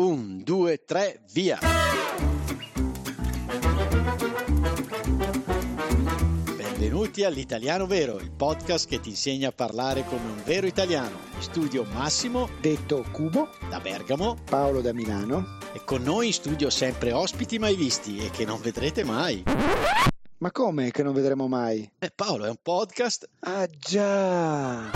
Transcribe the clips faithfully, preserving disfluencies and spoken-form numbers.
Un, due, tre, via! Benvenuti all'Italiano Vero, il podcast che ti insegna a parlare come un vero italiano. In studio Massimo, detto Cubo, da Bergamo, Paolo da Milano. E con noi in studio sempre ospiti mai visti e che non vedrete mai. Ma come che non vedremo mai? Eh, Paolo, è un podcast. Ah già!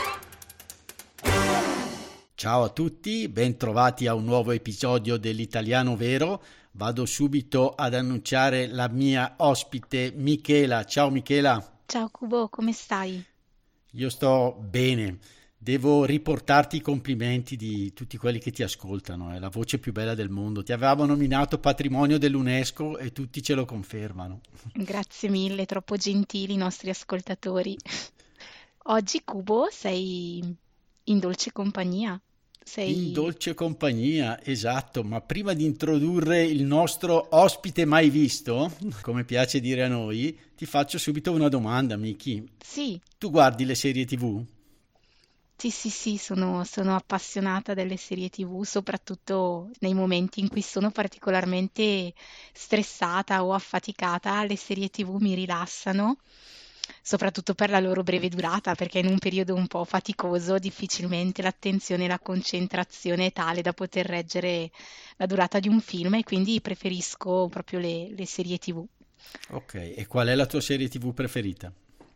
Ciao a tutti, ben trovati a un nuovo episodio dell'Italiano Vero. Vado subito ad annunciare la mia ospite Michela. Ciao Michela. Ciao Cubo, come stai? Io sto bene. Devo riportarti i complimenti di tutti quelli che ti ascoltano. È la voce più bella del mondo. Ti avevamo nominato patrimonio dell'UNESCO e tutti ce lo confermano. Grazie mille, troppo gentili i nostri ascoltatori. Oggi Cubo sei in dolce compagnia. Sei... In dolce compagnia, esatto, ma prima di introdurre il nostro ospite mai visto, come piace dire a noi, ti faccio subito una domanda, Miki. Sì. Tu guardi le serie tivù? Sì, sì, sì, sono, sono appassionata delle serie tivù, soprattutto nei momenti in cui sono particolarmente stressata o affaticata, le serie tivù mi rilassano. Soprattutto per la loro breve durata, perché in un periodo un po' faticoso difficilmente l'attenzione e la concentrazione è tale da poter reggere la durata di un film e quindi preferisco proprio le, le serie tivù. Ok, e qual è la tua serie tivù preferita?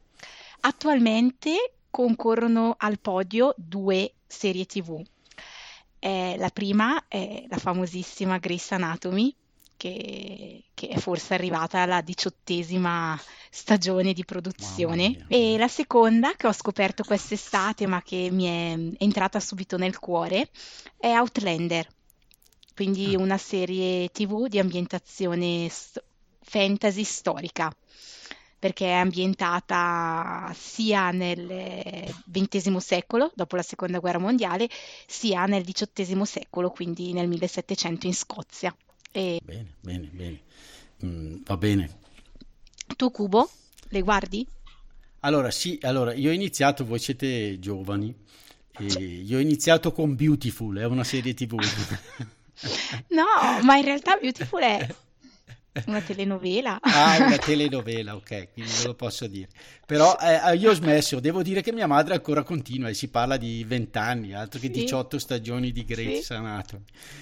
Attualmente concorrono al podio due serie tivù. Eh, la prima è la famosissima Grey's Anatomy, Che, che è forse arrivata alla diciottesima stagione di produzione, e la seconda che ho scoperto quest'estate ma che mi è entrata subito nel cuore è Outlander, quindi Ah. una serie tivù di ambientazione st- fantasy storica, perché è ambientata sia nel ventesimo secolo, dopo la seconda guerra mondiale, sia nel diciottesimo secolo, quindi nel millesettecento in Scozia. E Bene, bene, bene. Mm, va bene. tu Cubo, le guardi? Allora, sì, allora, io ho iniziato, voi siete giovani, e io ho iniziato con Beautiful, è una serie tivù. No, ma in realtà Beautiful è una telenovela. Ah, una telenovela, ok, quindi non lo posso dire. Però eh, io ho smesso, devo dire che mia madre ancora continua e si parla di vent'anni, altro che Sì. diciotto stagioni di Grey's Sì. Anatomy.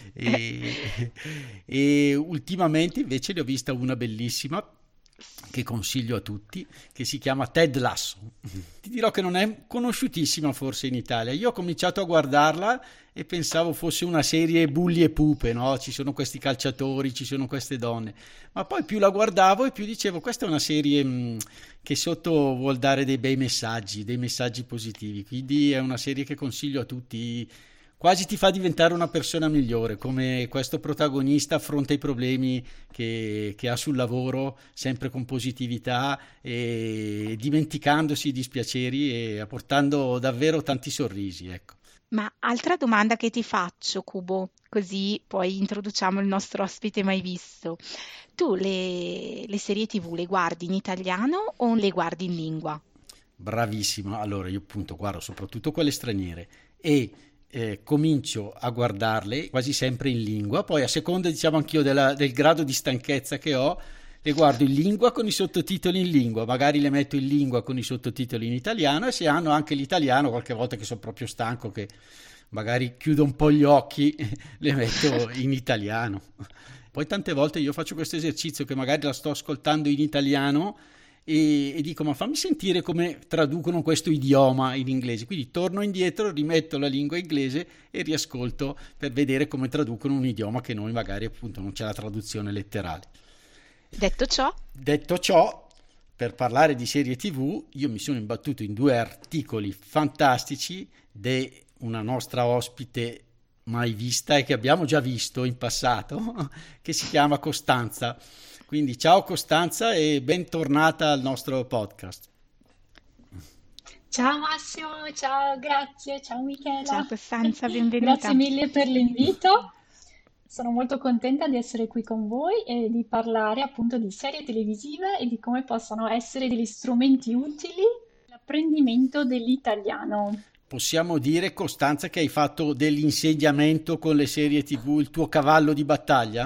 E, e ultimamente invece ne ho vista una bellissima che consiglio a tutti, che si chiama Ted Lasso. Ti dirò che non è conosciutissima forse in Italia. Io ho cominciato a guardarla e pensavo fosse una serie bulli e pupe, no? Ci sono questi calciatori, ci sono queste donne, ma poi più la guardavo e più dicevo questa è una serie mh, che sotto vuol dare dei bei messaggi, dei messaggi positivi, quindi è una serie che consiglio a tutti. Quasi ti fa diventare una persona migliore, come questo protagonista affronta i problemi che, che ha sul lavoro, sempre con positività e dimenticandosi i dispiaceri e apportando davvero tanti sorrisi, ecco. Ma altra domanda che ti faccio, Cubo, così poi introduciamo il nostro ospite mai visto. Tu le, le serie tivù le guardi in italiano o le guardi in lingua? Bravissimo, allora io appunto guardo soprattutto quelle straniere e eh, comincio a guardarle quasi sempre in lingua, poi a seconda diciamo anch'io della, del grado di stanchezza che ho, le guardo in lingua con i sottotitoli in lingua, magari le metto in lingua con i sottotitoli in italiano e se hanno anche l'italiano, qualche volta che sono proprio stanco che magari chiudo un po' gli occhi, le metto in italiano. Poi tante volte io faccio questo esercizio che magari la sto ascoltando in italiano e, e dico ma fammi sentire come traducono questo idioma in inglese, quindi torno indietro, rimetto la lingua inglese e riascolto per vedere come traducono un idioma che noi magari appunto non c'è la traduzione letterale. Detto ciò, Detto ciò, per parlare di serie tivù, io mi sono imbattuto in due articoli fantastici di una nostra ospite mai vista e che abbiamo già visto in passato, che si chiama Costanza. Quindi ciao Costanza e bentornata al nostro podcast. Ciao Massimo, ciao, grazie, ciao Michela. ciao Costanza, benvenuta. Grazie mille per l'invito. Sono molto contenta di essere qui con voi e di parlare appunto di serie televisive e di come possono essere degli strumenti utili per l'apprendimento dell'italiano. possiamo dire, Costanza, che hai fatto dell'insegnamento con le serie tivù il tuo cavallo di battaglia?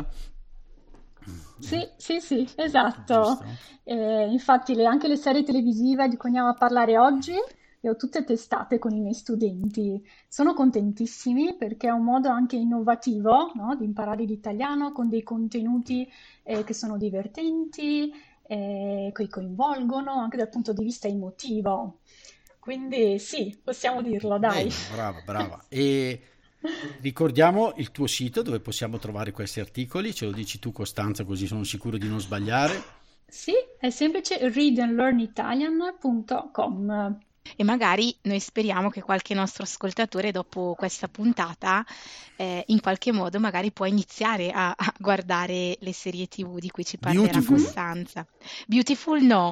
Sì, sì, sì, esatto. Giusto? Eh, infatti le- anche le serie televisive di cui andiamo a parlare oggi le ho tutte testate con i miei studenti. Sono contentissimi perché è un modo anche innovativo, no, di imparare l'italiano con dei contenuti eh, che sono divertenti, eh, che coinvolgono anche dal punto di vista emotivo. Quindi sì, possiamo dirlo, dai. Bene, brava, brava. E ricordiamo il tuo sito dove possiamo trovare questi articoli, ce lo dici tu, Costanza, così sono sicuro di non sbagliare. Sì, è semplice read and learn italian punto com. E magari noi speriamo che qualche nostro ascoltatore dopo questa puntata eh, in qualche modo magari può iniziare a, a guardare le serie tivù di cui ci parlerà Beautiful. Costanza. Beautiful no,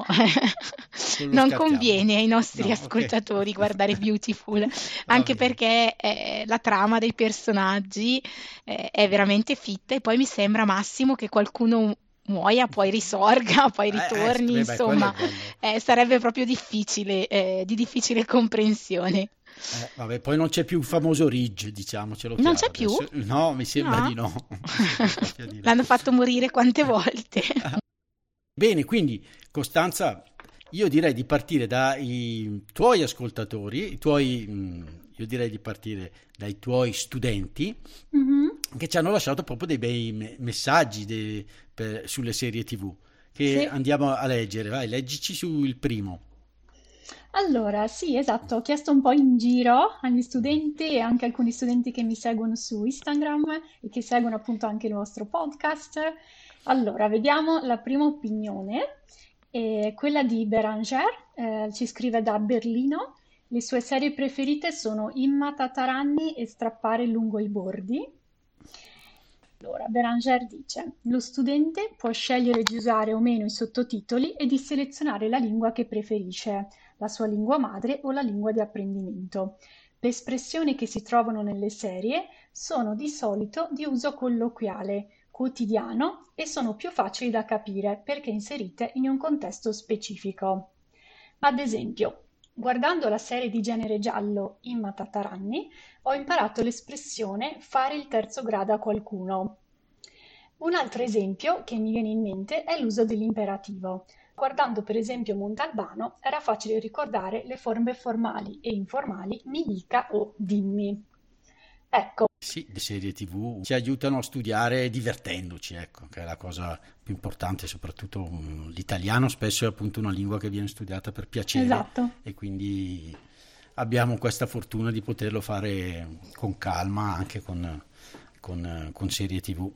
Non lo non scartiamo. conviene ai nostri No, ok. ascoltatori guardare Beautiful, anche bene. perché eh, la trama dei personaggi eh, è veramente fitta e poi mi sembra, Massimo, che qualcuno muoia, poi risorga, poi Eh, eh, ritorni, beh, beh, quello insomma, è bello. eh, sarebbe proprio difficile, eh, di difficile comprensione. Eh, vabbè, poi non c'è più il famoso Ridge, diciamocelo Non chiaro. c'è più? Adesso- no, mi sembra No? di no. Mi sembra proprio di no. L'hanno fatto morire quante volte? Bene, quindi Costanza, io direi di partire dai tuoi ascoltatori, i tuoi, mh, io direi di partire dai tuoi studenti Mhm. che ci hanno lasciato proprio dei bei me- messaggi de- per- sulle serie tivù che Sì. andiamo a leggere. Vai, leggici sul primo. Allora, sì, esatto, ho chiesto un po' in giro agli studenti e anche alcuni studenti che mi seguono su Instagram e che seguono appunto anche il vostro podcast. Allora, vediamo la prima opinione, eh, quella di Beranger, eh, ci scrive da Berlino. Le sue serie preferite sono Imma Tataranni e Strappare lungo i bordi. Allora, Beranger dice: lo studente può scegliere di usare o meno i sottotitoli e di selezionare la lingua che preferisce, la sua lingua madre o la lingua di apprendimento. Le espressioni che si trovano nelle serie sono di solito di uso colloquiale, quotidiano e sono più facili da capire perché inserite in un contesto specifico. Ad esempio, guardando la serie di genere giallo Imma Tataranni, ho imparato l'espressione fare il terzo grado a qualcuno. Un altro esempio che mi viene in mente è l'uso dell'imperativo. Guardando per esempio Montalbano era facile ricordare le forme formali e informali mi dica o dimmi. Ecco, Sì, le serie tivù ci aiutano a studiare divertendoci, ecco, che è la cosa più importante, soprattutto um, l'italiano spesso è appunto una lingua che viene studiata per piacere esatto. e quindi abbiamo questa fortuna di poterlo fare con calma anche con, con, con serie tivù.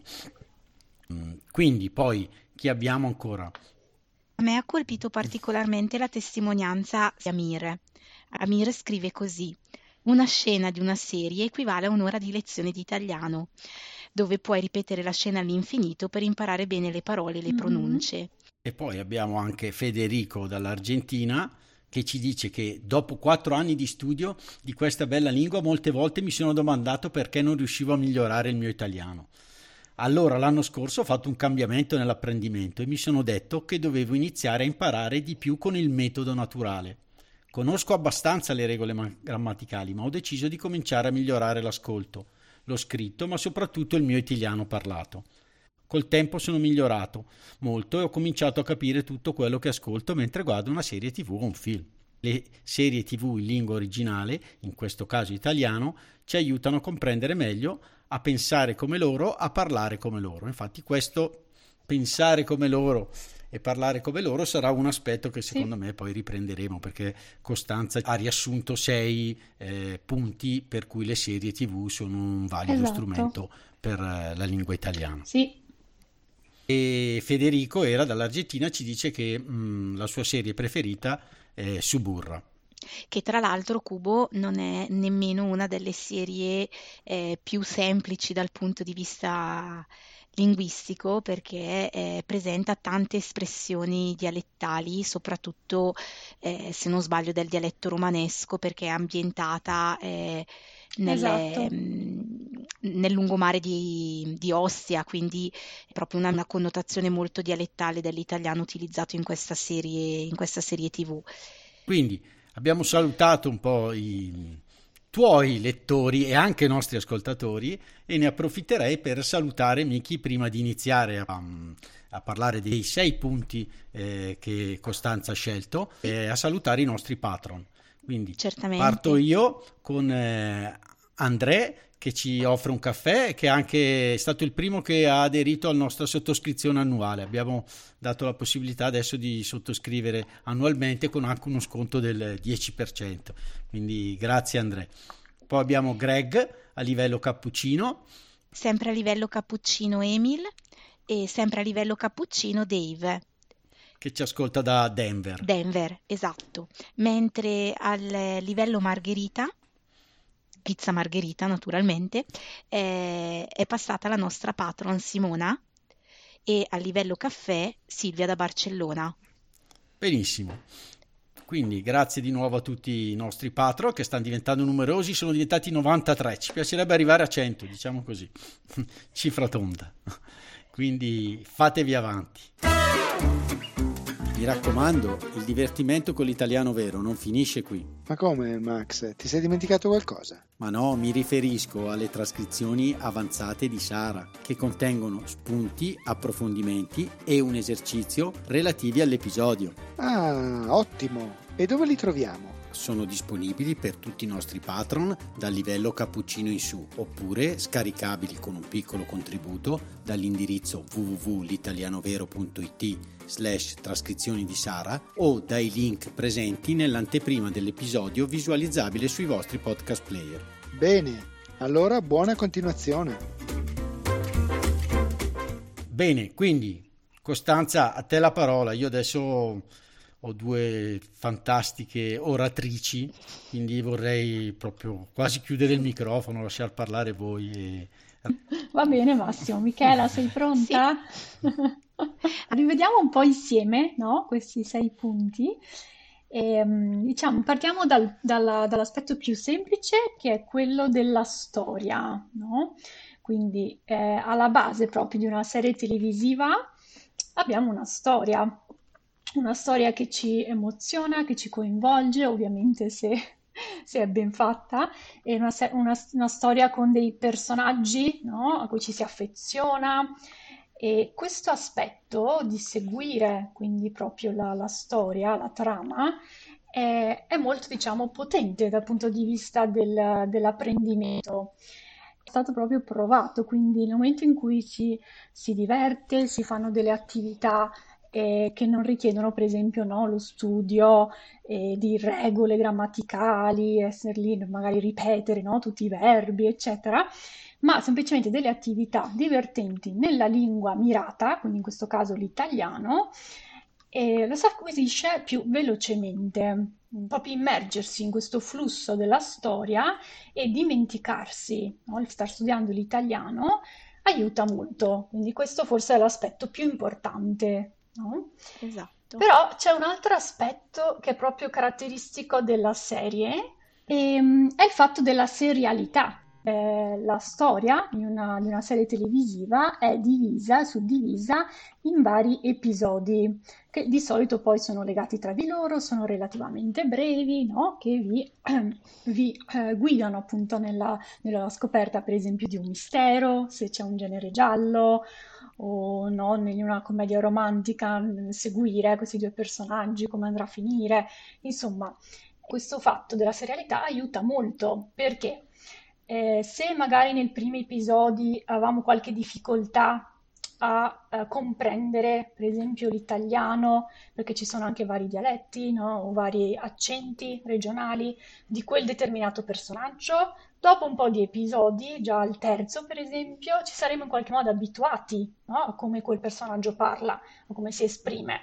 Mm, Quindi poi chi abbiamo ancora? A me ha colpito particolarmente la testimonianza di Amir. Amir scrive così: una scena di una serie equivale a un'ora di lezione di italiano, dove puoi ripetere la scena all'infinito per imparare bene le parole e le Mhm. pronunce. E poi abbiamo anche Federico dall'Argentina che ci dice che dopo quattro anni di studio di questa bella lingua molte volte mi sono domandato perché non riuscivo a migliorare il mio italiano. Allora l'anno scorso ho fatto un cambiamento nell'apprendimento e mi sono detto che dovevo iniziare a imparare di più con il metodo naturale. Conosco abbastanza le regole ma- grammaticali, ma ho deciso di cominciare a migliorare l'ascolto, lo scritto, ma soprattutto il mio italiano parlato. Col tempo sono migliorato molto e ho cominciato a capire tutto quello che ascolto mentre guardo una serie tivù o un film. Le serie tivù in lingua originale, in questo caso italiano, ci aiutano a comprendere meglio, a pensare come loro, a parlare come loro. Infatti questo pensare come loro e parlare come loro sarà un aspetto che secondo Sì, me poi riprenderemo, perché Costanza ha riassunto sei eh, punti per cui le serie tivù sono un valido esatto. strumento per eh, la lingua italiana. Sì, E Federico era dall'Argentina, ci dice che mh, la sua serie preferita è Suburra. Che tra l'altro, Kubo, non è nemmeno una delle serie eh, più semplici dal punto di vista linguistico, perché eh, presenta tante espressioni dialettali, soprattutto eh, se non sbaglio del dialetto romanesco, perché è ambientata eh, nelle, esatto. mh, nel lungomare di, di Ostia, quindi è proprio una, una connotazione molto dialettale dell'italiano utilizzato in questa serie, in questa serie tivù. Quindi abbiamo salutato un po' i, tuoi lettori e anche nostri ascoltatori, e ne approfitterei per salutare Miki prima di iniziare a, a parlare dei sei punti eh, che Costanza ha scelto, e a salutare i nostri patron. Quindi Certamente. parto io con eh, André, che ci offre un caffè, che è anche stato il primo che ha aderito alla nostra sottoscrizione annuale. Abbiamo dato la possibilità adesso di sottoscrivere annualmente con anche uno sconto del dieci per cento, quindi grazie André. Poi abbiamo Greg a livello cappuccino, Sempre a livello cappuccino Emil e sempre a livello cappuccino Dave. che ci ascolta da Denver. Denver, esatto. Mentre al livello margherita, pizza margherita naturalmente, eh, è passata la nostra patron Simona, e a livello caffè Silvia da Barcellona. Benissimo. Quindi grazie di nuovo a tutti i nostri patron che stanno diventando numerosi, sono diventati novantatré, ci piacerebbe arrivare a cento, diciamo così, cifra tonda. Quindi fatevi avanti. Mi raccomando, il divertimento con l'italiano vero non finisce qui. Ma come, Max? Ti sei dimenticato qualcosa? Ma no, mi riferisco alle trascrizioni avanzate di Sara, che contengono spunti, approfondimenti e un esercizio relativi all'episodio. Ah, ottimo! E dove li troviamo? Sono disponibili per tutti i nostri patron dal livello cappuccino in su, oppure scaricabili con un piccolo contributo dall'indirizzo w w w punto l'italianovero punto i t slash trascrizioni di Sara o dai link presenti nell'anteprima dell'episodio visualizzabile sui vostri podcast player. Bene, allora buona continuazione. Bene, quindi Costanza, a te la parola. Io adesso ho due fantastiche oratrici, quindi vorrei proprio quasi chiudere il microfono, lasciar parlare voi. E... Va bene Massimo. Michela, sei pronta? Rivediamo un po' insieme, no? Questi sei punti. E, diciamo, partiamo dal- dalla- dall'aspetto più semplice, che è quello della storia, no? Quindi eh, alla base proprio di una serie televisiva abbiamo una storia, una storia che ci emoziona, che ci coinvolge, ovviamente se, se è ben fatta, è una, se- una- una storia con dei personaggi, no? A cui ci si affeziona. E questo aspetto di seguire quindi proprio la, la storia, la trama, è, è molto, diciamo, potente dal punto di vista del- dell'apprendimento. È stato proprio provato, quindi nel momento in cui ci si diverte, si fanno delle attività eh, che non richiedono, per esempio, no, lo studio eh, di regole grammaticali, essere lì, magari ripetere, no, tutti i verbi, eccetera, ma semplicemente delle attività divertenti nella lingua mirata, quindi in questo caso l'italiano, e lo si acquisisce più velocemente, proprio immergersi in questo flusso della storia e dimenticarsi, no? Il star studiando l'italiano aiuta molto, quindi questo forse è l'aspetto più importante, no? Esatto. Però c'è un altro aspetto che è proprio caratteristico della serie, ehm, è il fatto della serialità. Eh, la storia di una, di una serie televisiva è divisa, suddivisa in vari episodi, che di solito poi sono legati tra di loro, sono relativamente brevi, no? Che vi, vi eh, guidano appunto nella, nella scoperta, per esempio, di un mistero, se c'è un genere giallo, o no, in una commedia romantica, mh, seguire questi due personaggi, come andrà a finire. Insomma, questo fatto della serialità aiuta molto, perché eh, se magari nei primi episodi avevamo qualche difficoltà a eh, comprendere, per esempio, l'italiano, perché ci sono anche vari dialetti, no? O vari accenti regionali di quel determinato personaggio, dopo un po' di episodi, già al terzo per esempio, ci saremo in qualche modo abituati, no? A come quel personaggio parla o come si esprime.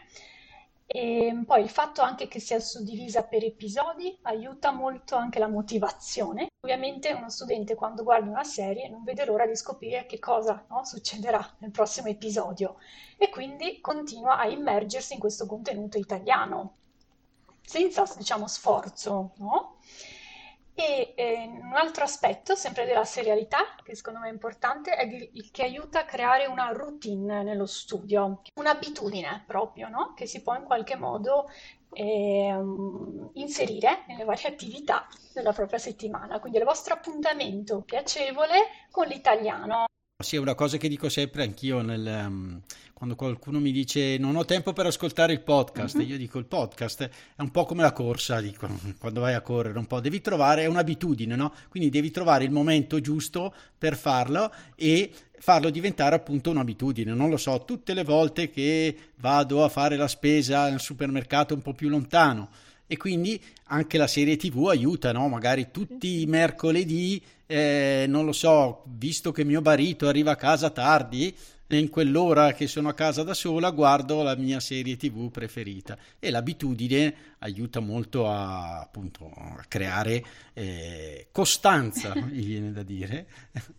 E poi il fatto anche che sia suddivisa per episodi aiuta molto anche la motivazione. Ovviamente uno studente quando guarda una serie non vede l'ora di scoprire che cosa, no, succederà nel prossimo episodio e quindi continua a immergersi in questo contenuto italiano senza, diciamo, sforzo, no? E eh, un altro aspetto, sempre della serialità, che secondo me è importante, è di- il che aiuta a creare una routine nello studio, un'abitudine proprio, no? Che si può in qualche modo ehm, inserire nelle varie attività della propria settimana, quindi il vostro appuntamento piacevole con l'italiano. Sì, è una cosa che dico sempre anch'io nel, um, quando qualcuno mi dice non ho tempo per ascoltare il podcast, Mhm. io dico il podcast è un po' come la corsa, dico, quando vai a correre un po', devi trovare, è un'abitudine, no? Quindi devi trovare il momento giusto per farlo e farlo diventare appunto un'abitudine. Non lo so, tutte le volte che vado a fare la spesa al supermercato un po' più lontano e quindi anche la serie T V aiuta, no? Magari tutti i mercoledì, eh, non lo so, visto che mio marito arriva a casa tardi, e in quell'ora che sono a casa da sola guardo la mia serie T V preferita e l'abitudine aiuta molto a, appunto, a creare eh, costanza, mi viene da dire,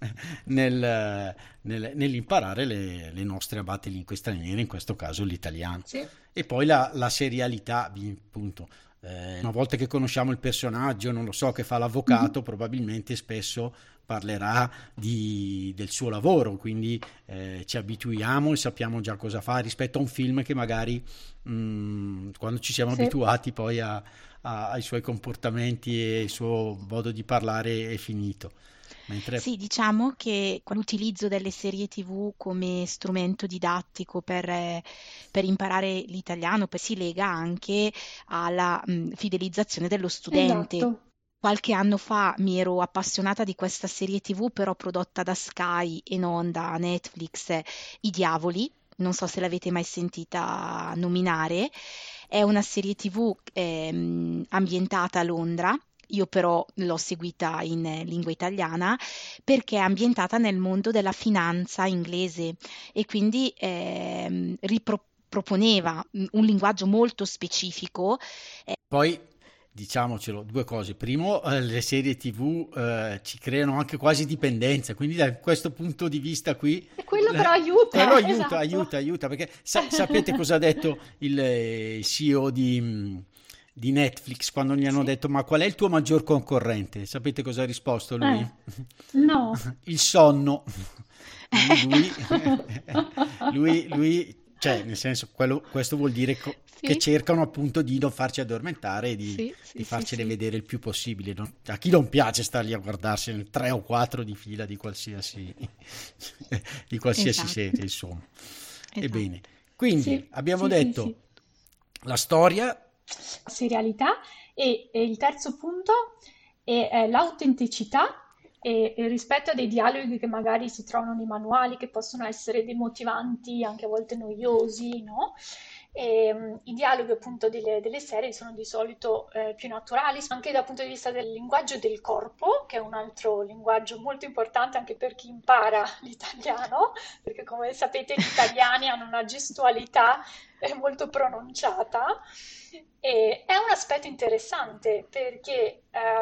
nel, nel- nell'imparare le, le nostre amate lingue straniere, in questo caso l'italiano. Sì. E poi la, la serialità, vi- appunto, eh, una volta che conosciamo il personaggio, non lo so, che fa l'avvocato, probabilmente spesso parlerà di- del suo lavoro, quindi eh, ci abituiamo e sappiamo già cosa fa rispetto a un film che magari mh, quando ci siamo Sì. abituati poi a- a- ai suoi comportamenti e il suo modo di parlare è finito. Mentre Sì, diciamo che l'utilizzo delle serie T V come strumento didattico per, eh, per imparare l'italiano poi si lega anche alla mh, fidelizzazione dello studente. Esatto. Qualche anno fa mi ero appassionata di questa serie T V, però prodotta da Sky e non da Netflix, eh, I Diavoli. Non so se l'avete mai sentita nominare. È una serie T V ehm, ambientata a Londra. Io però l'ho seguita in eh, lingua italiana perché è ambientata nel mondo della finanza inglese e quindi ehm, riproponeva un linguaggio molto specifico. poi diciamocelo, due cose. Primo, eh, le serie T V eh, ci creano anche quasi dipendenza, quindi da questo punto di vista qui E quello però eh, aiuta, quello aiuta, esatto. aiuta, aiuta, perché sa- sapete cosa ha detto il, eh, il C E O di, mh, di Netflix quando gli hanno Sì. detto ma qual è il tuo maggior concorrente? Sapete cosa ha risposto lui? Eh, no. Il sonno. Quindi lui, lui, lui, cioè, nel senso, quello, questo vuol dire co- che Sì, cercano appunto di non farci addormentare e di, sì, sì, di sì, farcele sì. vedere il più possibile. no? A chi non piace stargli a guardarsi tre o quattro di fila di qualsiasi, di qualsiasi Esatto, serie, insomma. esatto. Ebbene, quindi Sì, abbiamo sì, sì, detto sì. la storia. Serialità e, e il terzo punto è, è l'autenticità e il rispetto a dei dialoghi che magari si trovano nei manuali, che possono essere demotivanti, anche a volte noiosi, no? E, um, i dialoghi appunto delle, delle serie sono di solito eh, più naturali, anche dal punto di vista del linguaggio del corpo, che è un altro linguaggio molto importante anche per chi impara l'italiano, perché come sapete gli italiani hanno una gestualità eh, molto pronunciata. E è un aspetto interessante perché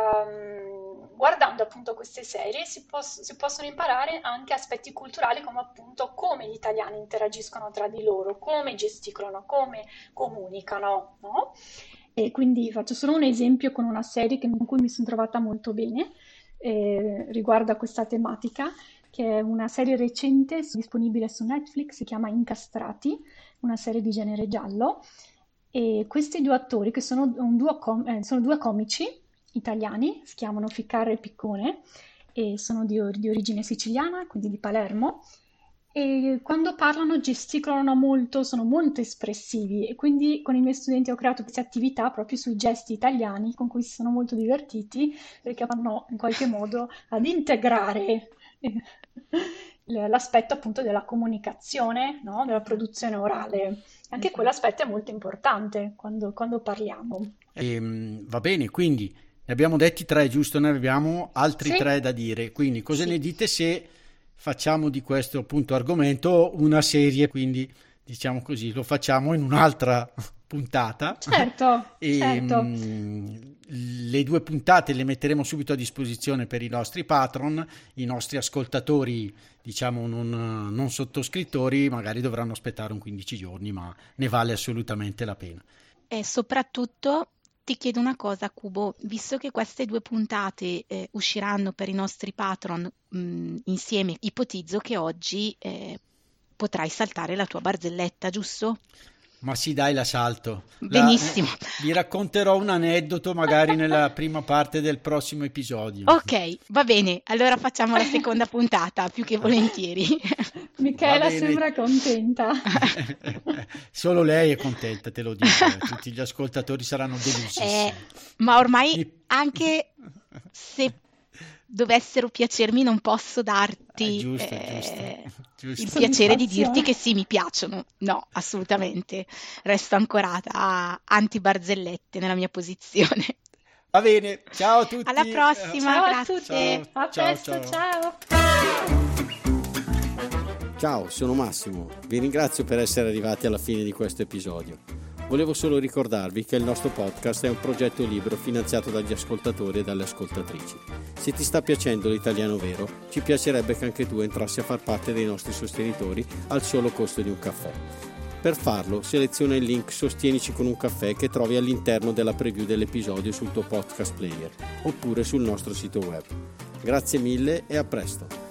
ehm, guardando appunto queste serie si, pos- si possono imparare anche aspetti culturali come appunto come gli italiani interagiscono tra di loro, come gesticolano, come comunicano, no? E quindi faccio solo un esempio con una serie che- con cui mi sono trovata molto bene eh, riguardo a questa tematica, che è una serie recente disponibile su Netflix, si chiama Incastrati, una serie di genere giallo. E questi due attori, che sono, un duo com- eh, sono due comici italiani, si chiamano Ficarra e Piccone, e sono di, or- di origine siciliana, quindi di Palermo, e quando parlano gesticolano molto, sono molto espressivi e quindi con i miei studenti ho creato queste attività proprio sui gesti italiani con cui si sono molto divertiti perché vanno in qualche modo ad integrare eh, l'aspetto appunto della comunicazione, no? Della produzione orale. Anche quell'aspetto è molto importante quando, quando parliamo. Ehm, va bene, quindi ne abbiamo detti tre, giusto? Ne abbiamo altri Sì, tre da dire. Quindi cosa sì. ne dite se facciamo di questo appunto argomento una serie? Quindi diciamo così, lo facciamo in un'altra puntata. Certo, E certo. mh, le due puntate le metteremo subito a disposizione per i nostri patron, i nostri ascoltatori, diciamo non, non sottoscrittori, magari dovranno aspettare un quindici giorni, ma ne vale assolutamente la pena. E soprattutto ti chiedo una cosa, Cubo, visto che queste due puntate eh, usciranno per i nostri patron mh, insieme, ipotizzo che oggi eh, potrai saltare la tua barzelletta, giusto? Ma sì, dai, la salto. Benissimo. La, vi racconterò un aneddoto magari nella prima parte del prossimo episodio. Ok, va bene, allora facciamo la seconda puntata, più che volentieri. Michela sembra contenta. Solo lei è contenta, te lo dico. Tutti gli ascoltatori saranno delusissimi. Eh, ma ormai anche se dovessero piacermi non posso darti eh, giusto, eh, giusto, giusto. il piacere di dirti che sì, mi piacciono. No, assolutamente. Resto ancorata a anti-barzellette nella mia posizione. Va bene, ciao a tutti. Alla prossima, ciao grazie. a tutti, a ciao, presto, ciao. ciao. Ciao, sono Massimo. Vi ringrazio per essere arrivati alla fine di questo episodio. Volevo solo ricordarvi che il nostro podcast è un progetto libero finanziato dagli ascoltatori e dalle ascoltatrici. Se ti sta piacendo l'italiano vero, ci piacerebbe che anche tu entrassi a far parte dei nostri sostenitori al solo costo di un caffè. Per farlo, seleziona il link Sostienici con un caffè che trovi all'interno della preview dell'episodio sul tuo podcast player oppure sul nostro sito web. Grazie mille e a presto!